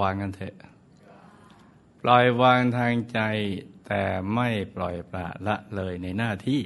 างกันเถอะปล่อยวางทางใจแต่ไม่ปล่อยปละละเลยในหน้าที่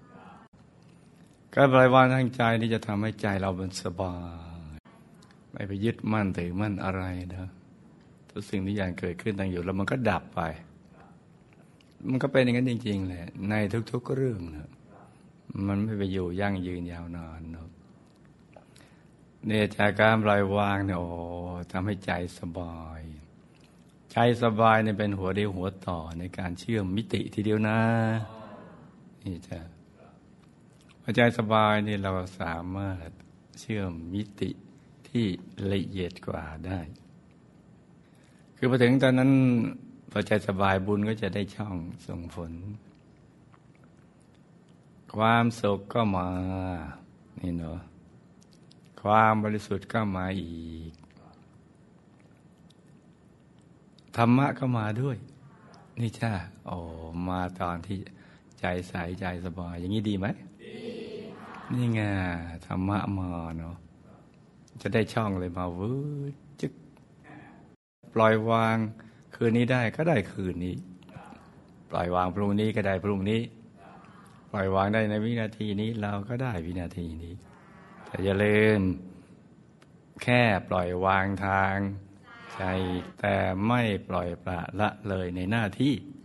การปล่อยวางทางใจที่จะทำให้ใจเราเป็นสบายไม่ไปยึดมั่นถือมั่นอะไรนะทุกสิ่งที่อย่างเกิดขึ้นตั้งอยู่แล้วมันก็ดับไปมันก็เป็นอย่างนั้นจริงๆแหละในทุกๆเรื่องนะมันไม่ไปอยู่ยั่งยืนยาวนานนะเนี่ยจากการปล่อยวางเนี่ยโอ้ทำให้ใจสบายใจสบายเนี่ยเป็นหัวเดียวหัวต่อในการเชื่อมมิติทีเดียวนะนี่จ้ะพอใจสบายนี่เราสามารถเชื่อมมิติที่ละเอียดกว่าได้คือพอถึงตอนนั้นพอใจสบายบุญก็จะได้ช่องส่งผลความสุขก็มานี่เนาะความบริสุทธิ์ก็มาอีกธรรมะก็มาด้วยนี่จ้าโอ้มาตอนที่ใจใสใจสบายอย่างนี้ดีไหมนี่ไงธรรมะมาเนาะจะได้ช่องเลยมาวืดจึกปล่อยวางคืนนี้ได้ก็ได้คืนนี้ปล่อยวางพรุ่งนี้ก็ได้พรุ่งนี้ปล่อยวางได้ในวินาทีนี้เราก็ได้วินาทีนี้แต่อย่าลืมแค่ปล่อยวางทางใจแต่ไม่ปล่อยปละละเลยในหน้าที่